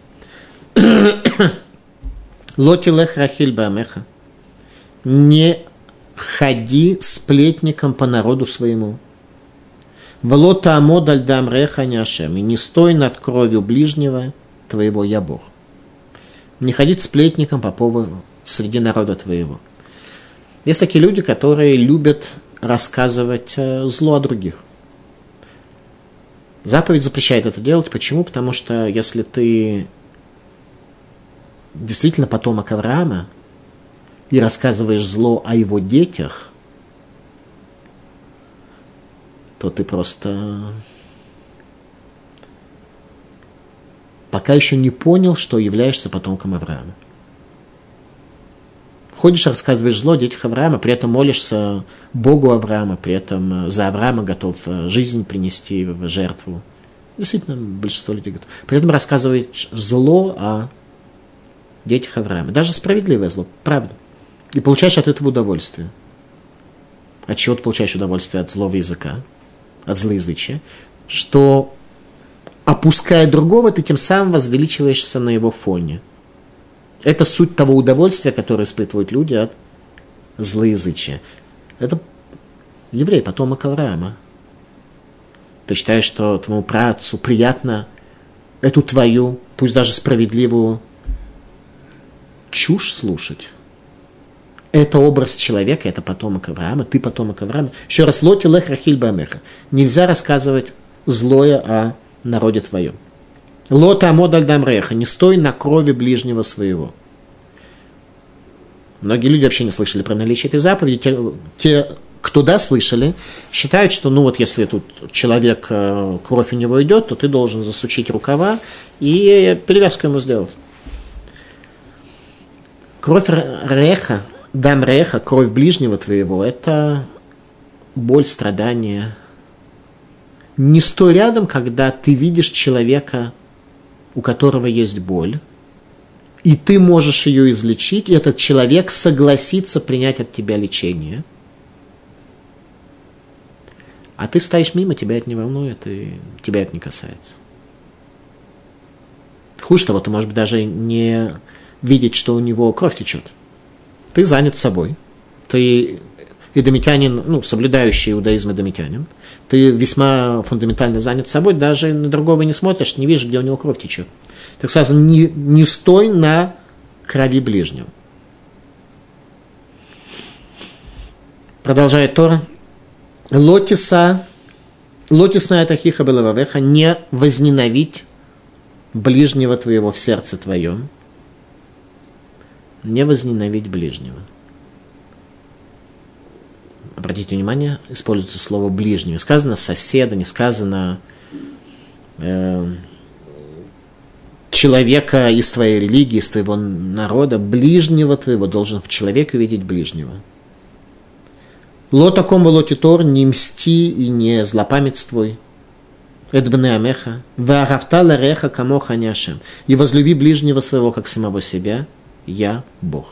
Лоти лех рахиль баамеха. Не ходи сплетником по народу своему. Волота амод аль дам реха няшем. И не стой над кровью ближнего твоего, я Бог. Не ходить сплетником по поводу среди народа твоего. Есть такие люди, которые любят рассказывать зло о других. Заповедь запрещает это делать. Почему? Потому что если ты действительно потомок Авраама и рассказываешь зло о его детях, то ты просто пока еще не понял, что являешься потомком Авраама. Ходишь, рассказываешь зло о детях Авраама, при этом молишься Богу Авраама, при этом за Авраама готов жизнь принести в жертву. Действительно, большинство людей готов. При этом рассказываешь зло о детях Авраама. Даже справедливое зло, правда. И получаешь от этого удовольствие. От чего ты получаешь удовольствие? От злого языка, от злоязычия. Что, опуская другого, ты тем самым возвеличиваешься на его фоне. Это суть того удовольствия, которое испытывают люди от злоязычия. Это еврей, потомок Авраама. Ты считаешь, что твоему праотцу приятно эту твою, пусть даже справедливую, чушь слушать? Это образ человека, это потомок Авраама, ты потомок Авраама. Еще раз, лоти лех рахиль баамеха. Нельзя рассказывать злое о народе твоем. Лота амод аль дам реха. Не стой на крови ближнего своего. Многие люди вообще не слышали про наличие этой заповеди. Те, те кто да, слышали, считают, что ну вот если тут человек, кровь у него идет, то ты должен засучить рукава и перевязку ему сделать. Кровь реха, дам реха, кровь ближнего твоего, это боль, страдания. Не стой рядом, когда ты видишь человека, у которого есть боль, и ты можешь ее излечить, и этот человек согласится принять от тебя лечение. А ты стоишь мимо, тебя это не волнует, и тебя это не касается. Хуже того, ты, может быть, даже не видеть, что у него кровь течет. Ты занят собой. Ты эдомитянин, ну, соблюдающий иудаизм эдомитянин. Ты весьма фундаментально занят собой, даже на другого не смотришь, не видишь, где у него кровь течет. Так сказано, не, не стой на крови ближнего. Продолжает Тора. Лотиса, лотисная тахиха белававеха, не возненавидь ближнего твоего в сердце твоем. Не возненавидь ближнего. Обратите внимание, используется слово ближнего. Сказано соседа, не сказано э, человека из твоей религии, из твоего народа. Ближнего твоего должен в человеке видеть ближнего. Ло такому лотитор, не мсти и не злопамятствуй. Эдбне амеха. Ваарафтала реха камоха няшем. И возлюби ближнего своего, как самого себя. Я Бог.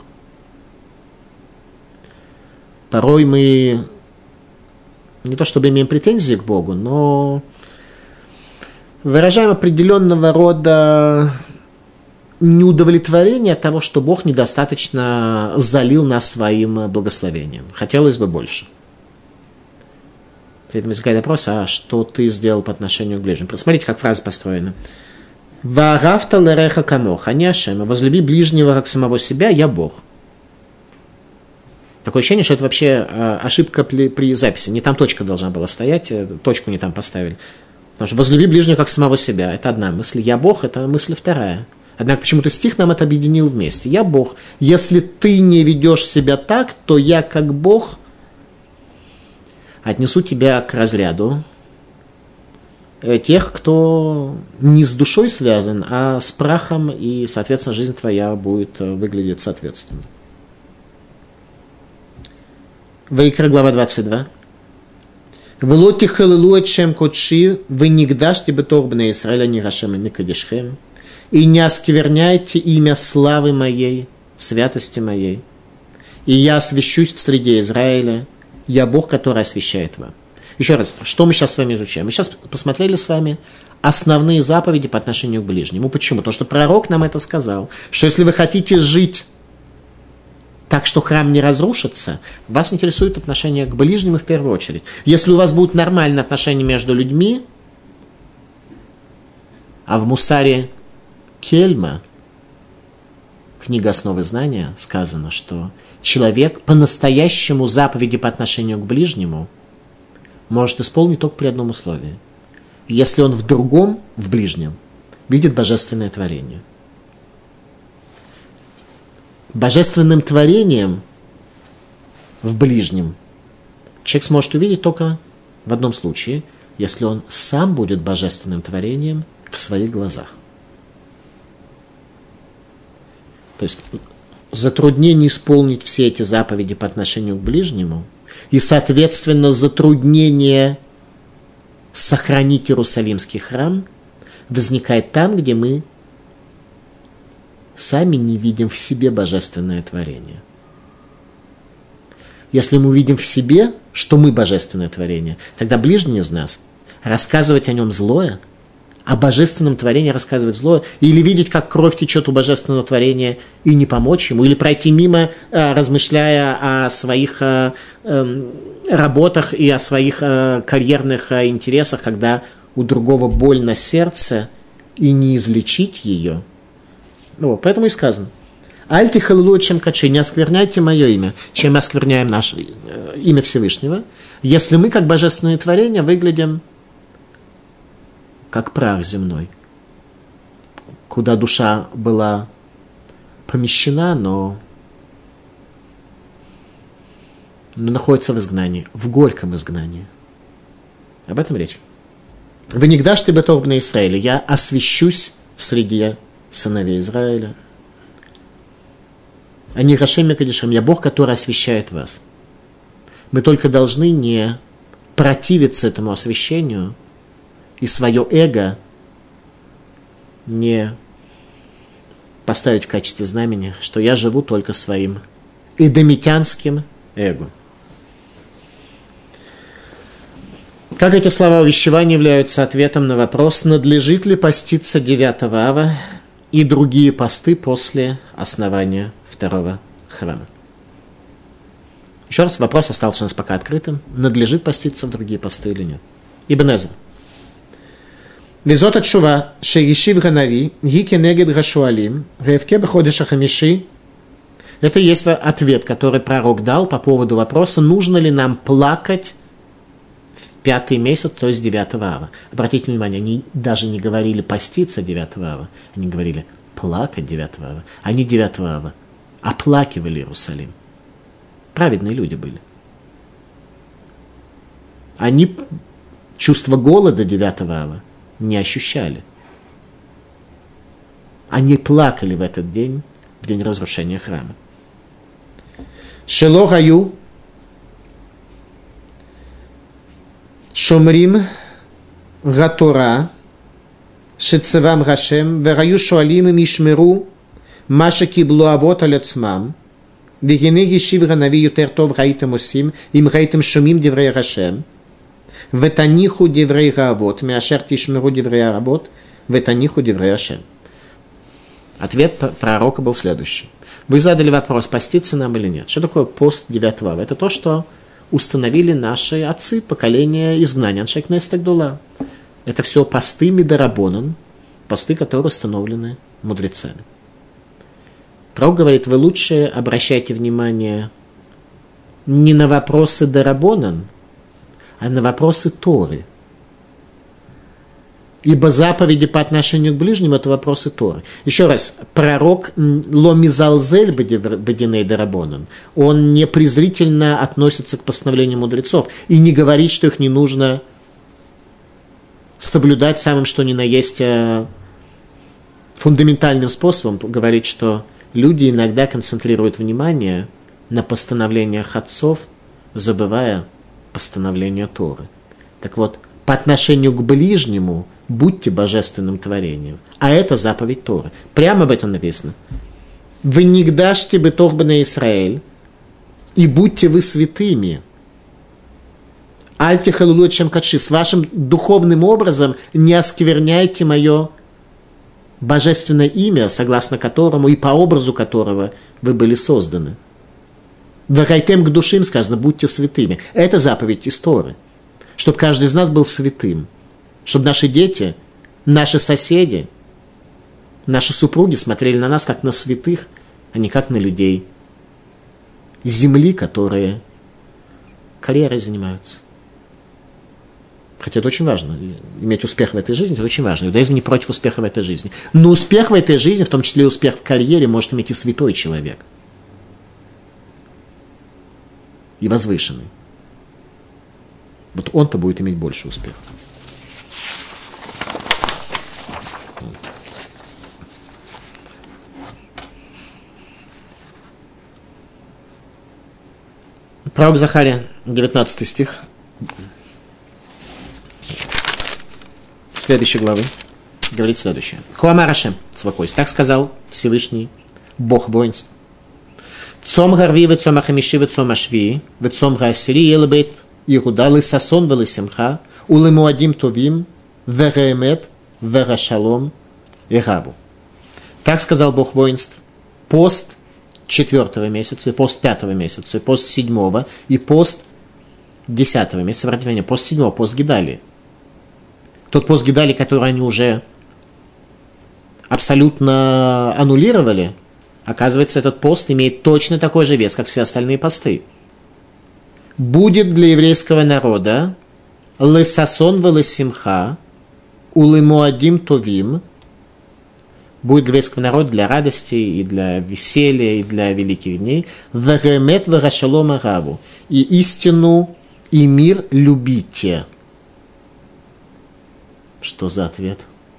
Порой мы не то чтобы имеем претензии к Богу, но выражаем определенного рода неудовлетворение от того, что Бог недостаточно залил нас своим благословением. Хотелось бы больше. При этом возникает вопрос, а что ты сделал по отношению к ближнему? Посмотрите, как фраза построена. «Ваарафта лереха камоха, не Ашем, возлюби ближнего, как самого себя, я Бог». Такое ощущение, что это вообще ошибка при, при записи. Не там точка должна была стоять, точку не там поставили. Потому что «возлюби ближнего, как самого себя» – это одна мысль. «Я Бог» – это мысль вторая. Однако почему-то стих нам это объединил вместе. «Я Бог». Если ты не ведешь себя так, то я как Бог отнесу тебя к разряду тех, кто не с душой связан, а с прахом, и, соответственно, жизнь твоя будет выглядеть соответственно. Ваикра, глава двадцать два. «Велоти халилу эт шем кодши, вы нигдашти бетор бней Исраэля нигашем и микадишхем, и не оскверняйте имя славы моей, святости моей, и я освящусь в среде Израиля, я Бог, который освящает вам». Еще раз, что мы сейчас с вами изучаем? Мы сейчас посмотрели с вами основные заповеди по отношению к ближнему. Почему? Потому что пророк нам это сказал, что если вы хотите жить так, что храм не разрушится, вас интересует отношение к ближнему в первую очередь. Если у вас будут нормальные отношения между людьми, а в Мусаре Кельма, книга «Основы знания», сказано, что человек по-настоящему заповеди по отношению к ближнему может исполнить только при одном условии. Если он в другом, в ближнем, видит божественное творение. Божественным творением в ближнем человек сможет увидеть только в одном случае, если он сам будет божественным творением в своих глазах. То есть затруднение исполнить все эти заповеди по отношению к ближнему и, соответственно, затруднение сохранить Иерусалимский храм возникает там, где мы сами не видим в себе божественное творение. Если мы видим в себе, что мы божественное творение, тогда ближний из нас рассказывать о нем злое, о божественном творении рассказывать злое, или видеть, как кровь течет у божественного творения и не помочь ему, или пройти мимо, размышляя о своих работах и о своих карьерных интересах, когда у другого боль на сердце, и не излечить ее. Ну, поэтому и сказано: «Альти халилу чем качи, не оскверняйте мое имя, чем мы оскверняем наше имя Всевышнего, если мы, как божественное творение, выглядим как прах земной, куда душа была помещена, но, но находится в изгнании, в горьком изгнании». Об этом речь. «Вы не гдашь ты бетор бней Исраэля, я освящусь в среде сыновей Израиля. Они Рашем и Кадишем, я Бог, который освящает вас». Мы только должны не противиться этому освящению и свое эго не поставить в качестве знамени, что я живу только своим эдомитянским эго. Как эти слова увещевания являются ответом на вопрос, надлежит ли поститься девятого ава и другие посты после основания второго храма. Еще раз, вопрос остался у нас пока открытым. Надлежит поститься в другие посты или нет? Ибн Эзра. Визот отшува, шеишив ганави, гики негед гашуалим, ревке беходиша хамиши. Это и есть ответ, который пророк дал по поводу вопроса, нужно ли нам плакать в пятый месяц, то есть девятого ава. Обратите внимание, они даже не говорили поститься девятого ава, они говорили плакать девятого ава. Они девятого ава оплакивали Иерусалим. Праведные люди были. Они чувство голода девятого ава не ощущали. Они плакали в этот день, в день разрушения храма. Шело гаю шомрим гатора шецевам гашем вегаю шуалим им ишмеру маша киблу авот аль ацмам вегене ешив ганави ютер тов гаитем осим им гаитем шумим деврей гашем ветаниху деврей гаавот мяшер тишмеру деврей аработ ветаниху деврей ашем. Ответ пророка был следующий. Вы задали вопрос, поститься нам или нет. Что такое пост девятого ава? Это то, что установили наши отцы, поколение изгнания. Аншей кнесет агдула. Это все посты мидарабонан, посты, которые установлены мудрецами. Пророк говорит, вы лучше обращайте внимание не на вопросы дарабонан, а на вопросы Торы. Ибо заповеди по отношению к ближнему – это вопросы Торы. Еще раз, пророк Ло Мизалзель Бединей Дарабонан, он не презрительно относится к постановлениям мудрецов и не говорит, что их не нужно соблюдать самым что ни на есть фундаментальным способом. Говорит, что люди иногда концентрируют внимание на постановлениях отцов, забывая постановления Торы. Так вот, по отношению к ближнему будьте божественным творением. А это заповедь Торы. Прямо об этом написано. Вы нигдашьте бетох бней Исраэль, и будьте вы святыми. Альти халулу чем кадши. С вашим духовным образом не оскверняйте мое божественное имя, согласно которому и по образу которого вы были созданы. Варайтем к душим сказано, будьте святыми. Это заповедь из Торы. Чтобы каждый из нас был святым. Чтобы наши дети, наши соседи, наши супруги смотрели на нас как на святых, а не как на людей земли, которые карьерой занимаются. Хотя это очень важно. Иметь успех в этой жизни, это очень важно. Иудаизм не против успеха в этой жизни. Но успех в этой жизни, в том числе и успех в карьере, может иметь и святой человек. И возвышенный. Вот он-то будет иметь больше успеха. Пророк Захария, девятнадцатый стих. Следующей главы говорит следующее. Хуамар Ашем Цвакойс. Так сказал Всевышний Бог воинств. Цом гарви в цом ахамиши в цом ашви в цом гаасири елбет Иуда лысасон велысимха улемуадим товим веремет верашалом ирабу. Так сказал Бог воинств. Пост четвертого месяца, и пост пятого месяца, и пост седьмого, и пост десятого месяца. Обратите внимание, пост седьмого, пост Гидали. Тот пост Гидали, который они уже абсолютно аннулировали, оказывается, этот пост имеет точно такой же вес, как все остальные посты. Будет для еврейского народа лесасон велесимха улемуадим товим. Будет для еврейского народа для радости, и для веселья, и для великих дней. Веремет верашалом араву. И истину, и мир любите. Что за ответ?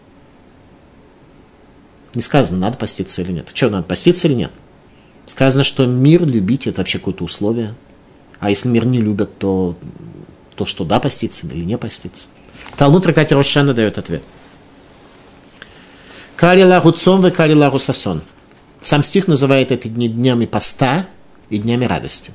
Не сказано, надо поститься или нет. Что, надо поститься или нет? Сказано, что мир любить, это вообще какое-то условие. А если мир не любят, то, то что, да, поститься или не поститься? Талмуд трактате Рош ха-Шана дает ответ. Карилаху цом ве карилаху сасон. Сам стих называет эти дни днями поста и днями радости.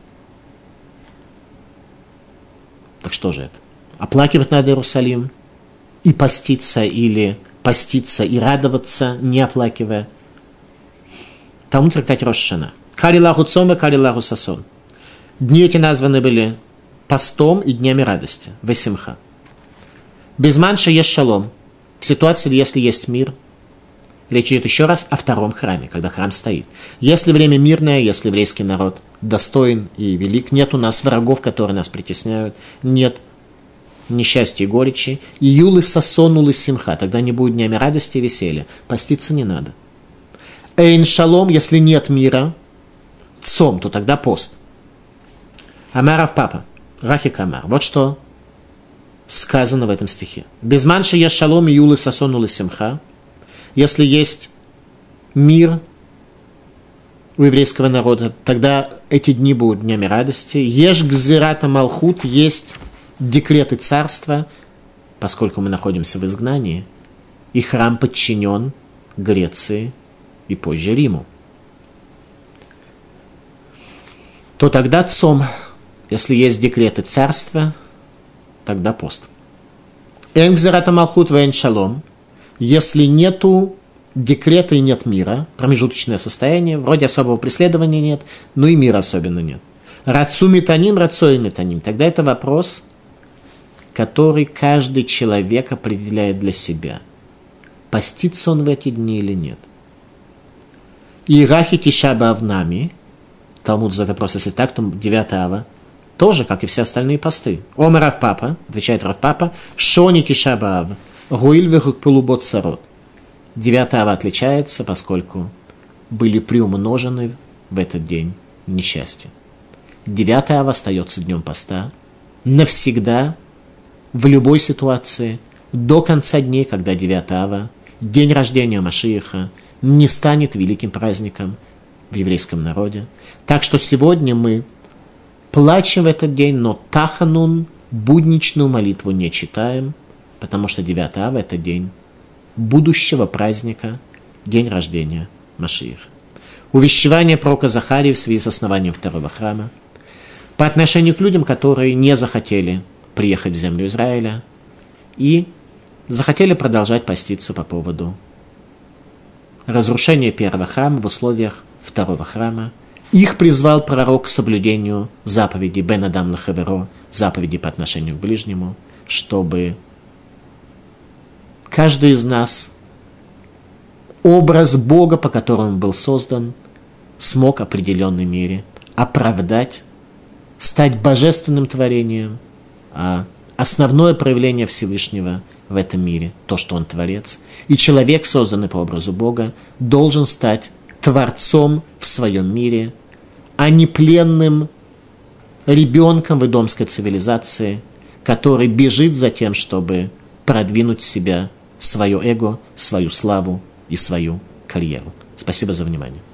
Так что же это? Оплакивать надо Иерусалим и поститься, или поститься и радоваться, не оплакивая. Талмуд трактате Рош ха-Шана. Карилаху цом ве карилаху сасон. Дни эти названы были постом и днями радости. Весимха. Без манша есть шалом. В ситуации, если есть мир, речь идет еще раз о втором храме, когда храм стоит. Если время мирное, если еврейский народ достоин и велик, нет у нас врагов, которые нас притесняют, нет несчастья и горечи, и юлы сосонулы симха, тогда не будет днями радости и веселья. Поститься не надо. Эйн шалом, если нет мира, цом, то тогда пост. Амаров папа, Рахик Амар. Вот что сказано в этом стихе. Без манши есть шалом и юлы сосонулы симха. Если есть мир у еврейского народа, тогда эти дни будут днями радости. Еш гзирата малхут, есть декреты царства, поскольку мы находимся в изгнании, и храм подчинен Греции и позже Риму. То тогда цом, если есть декреты царства, тогда пост. Эн гзирата малхут вэн шалом. Если нету декрета и нет мира, промежуточное состояние, вроде особого преследования нет, но и мира особенно нет. Рацу метаним, рацой метаним. Тогда это вопрос, который каждый человек определяет для себя. Постится он в эти дни или нет. И рахи тиша баавнами, Талмуд задает вопрос, если так, то девятая ава, тоже, как и все остальные посты. Омар Рав Папа, отвечает Рав Папа, шони тиша баав. Гуиль вехукпулубот сарот. Девятая ава отличается, поскольку были приумножены в этот день несчастья. Девятая ава остается днем поста навсегда, в любой ситуации, до конца дней, когда девятая ава, день рождения Машиаха, не станет великим праздником в еврейском народе. Так что сегодня мы плачем в этот день, но таханун, будничную молитву не читаем, потому что девятая ава – это день будущего праздника, день рождения Машиаха. Увещевание пророка Захарии в связи с основанием второго храма по отношению к людям, которые не захотели приехать в землю Израиля и захотели продолжать поститься по поводу разрушения первого храма в условиях второго храма. Их призвал пророк к соблюдению заповеди Бен Адам Лахаверо, заповеди по отношению к ближнему, чтобы каждый из нас образ Бога, по которому был создан, смог в определенной мере оправдать, стать божественным творением, а основное проявление Всевышнего в этом мире, то, что Он Творец, и человек, созданный по образу Бога, должен стать Творцом в своем мире, а не пленным ребенком в идомской цивилизации, который бежит за тем, чтобы продвинуть себя, свое эго, свою славу и свою карьеру. Спасибо за внимание.